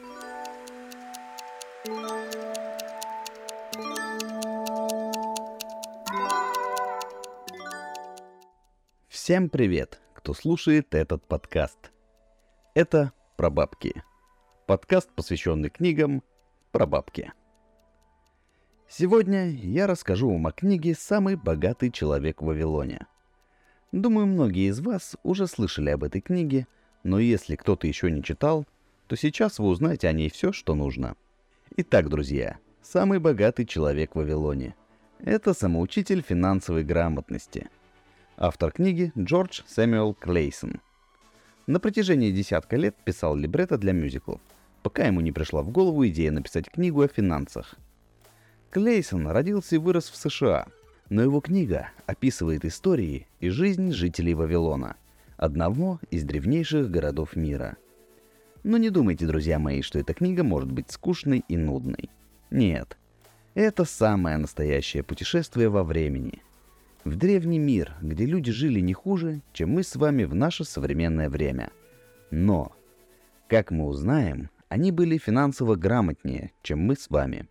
Всем привет, кто слушает этот подкаст. Это «Про бабки». Подкаст, посвященный книгам про бабки. Сегодня я расскажу вам о книге «Самый богатый человек в Вавилоне». Думаю, многие из вас уже слышали об этой книге, но если кто-то еще не читал, то сейчас вы узнаете о ней все, что нужно. Итак, друзья, самый богатый человек в Вавилоне – это самоучитель финансовой грамотности. Автор книги Джордж Сэмюэл Клейсон. На протяжении десятка лет писал либретто для мюзиклов, пока ему не пришла в голову идея написать книгу о финансах. Клейсон родился и вырос в США, но его книга описывает истории и жизнь жителей Вавилона, одного из древнейших городов мира. Но не думайте, друзья мои, что эта книга может быть скучной и нудной. Нет, это самое настоящее путешествие во времени. В древний мир, где люди жили не хуже, чем мы с вами в наше современное время. Но, как мы узнаем, они были финансово грамотнее, чем мы с вами.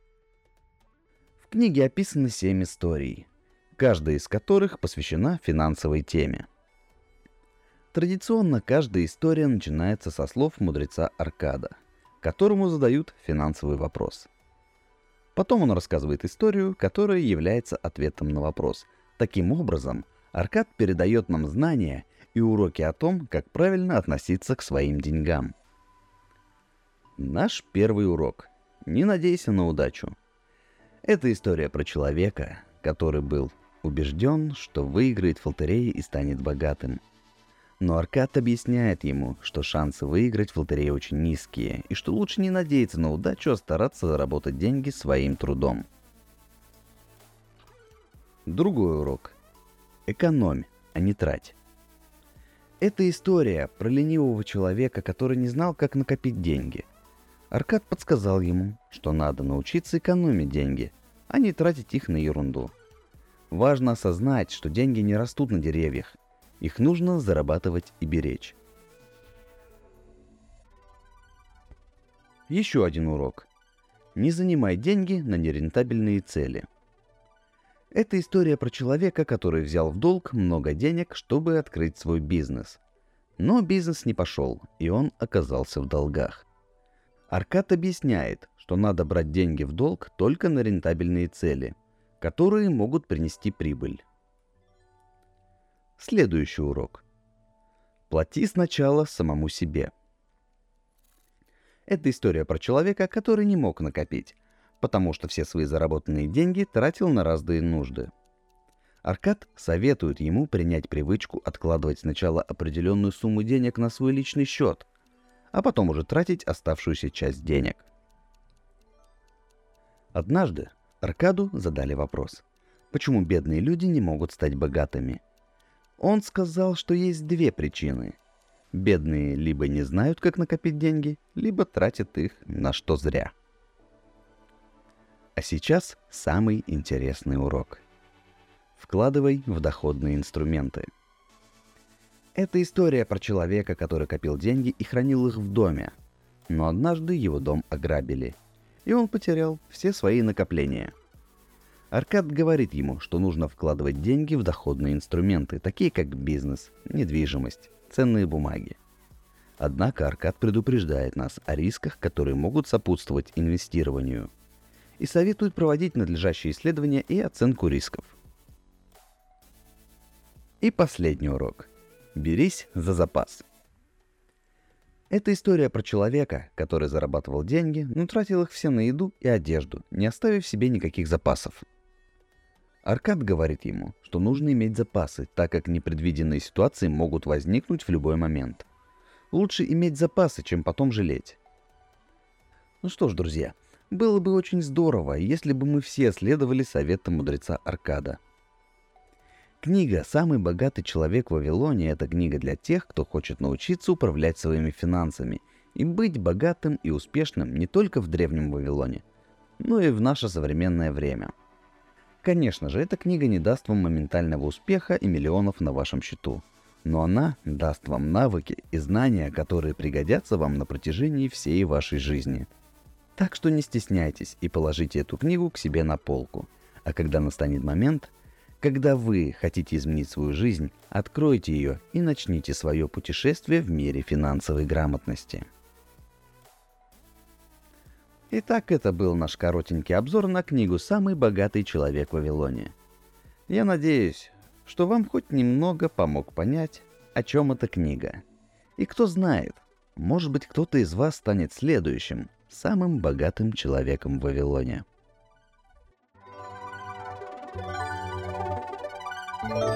В книге описаны 7 историй, каждая из которых посвящена финансовой теме. Традиционно каждая история начинается со слов мудреца Аркада, которому задают финансовый вопрос. Потом он рассказывает историю, которая является ответом на вопрос. Таким образом, Аркад передает нам знания и уроки о том, как правильно относиться к своим деньгам. Наш первый урок. Не надейся на удачу. Это история про человека, который был убежден, что выиграет в лотерее и станет богатым. Но Аркад объясняет ему, что шансы выиграть в лотерее очень низкие, и что лучше не надеяться на удачу, а стараться заработать деньги своим трудом. Другой урок. Экономь, а не трать. Это история про ленивого человека, который не знал, как накопить деньги. Аркад подсказал ему, что надо научиться экономить деньги, а не тратить их на ерунду. Важно осознать, что деньги не растут на деревьях. Их нужно зарабатывать и беречь. Еще один урок. Не занимай деньги на нерентабельные цели. Это история про человека, который взял в долг много денег, чтобы открыть свой бизнес. Но бизнес не пошел, и он оказался в долгах. Аркад объясняет, что надо брать деньги в долг только на рентабельные цели, которые могут принести прибыль. Следующий урок. Плати сначала самому себе. Это история про человека, который не мог накопить, потому что все свои заработанные деньги тратил на разные нужды. Аркад советует ему принять привычку откладывать сначала определенную сумму денег на свой личный счет, а потом уже тратить оставшуюся часть денег. Однажды Аркаду задали вопрос, почему бедные люди не могут стать богатыми. Он сказал, что есть 2 причины. Бедные либо не знают, как накопить деньги, либо тратят их на что зря. А сейчас самый интересный урок. Вкладывай в доходные инструменты. Это история про человека, который копил деньги и хранил их в доме. Но однажды его дом ограбили, и он потерял все свои накопления. Аркад говорит ему, что нужно вкладывать деньги в доходные инструменты, такие как бизнес, недвижимость, ценные бумаги. Однако Аркад предупреждает нас о рисках, которые могут сопутствовать инвестированию, и советует проводить надлежащие исследования и оценку рисков. И последний урок. Берись за запас. Это история про человека, который зарабатывал деньги, но тратил их все на еду и одежду, не оставив себе никаких запасов. Аркад говорит ему, что нужно иметь запасы, так как непредвиденные ситуации могут возникнуть в любой момент. Лучше иметь запасы, чем потом жалеть. Ну что ж, друзья, было бы очень здорово, если бы мы все следовали советам мудреца Аркада. Книга «Самый богатый человек в Вавилоне» — это книга для тех, кто хочет научиться управлять своими финансами и быть богатым и успешным не только в древнем Вавилоне, но и в наше современное время. Конечно же, эта книга не даст вам моментального успеха и миллионов на вашем счету, но она даст вам навыки и знания, которые пригодятся вам на протяжении всей вашей жизни. Так что не стесняйтесь и положите эту книгу к себе на полку. А когда настанет момент, когда вы хотите изменить свою жизнь, откройте ее и начните свое путешествие в мире финансовой грамотности. Итак, это был наш коротенький обзор на книгу «Самый богатый человек в Вавилоне». Я надеюсь, что вам хоть немного помог понять, о чем эта книга. И кто знает, может быть, кто-то из вас станет следующим, самым богатым человеком в Вавилоне.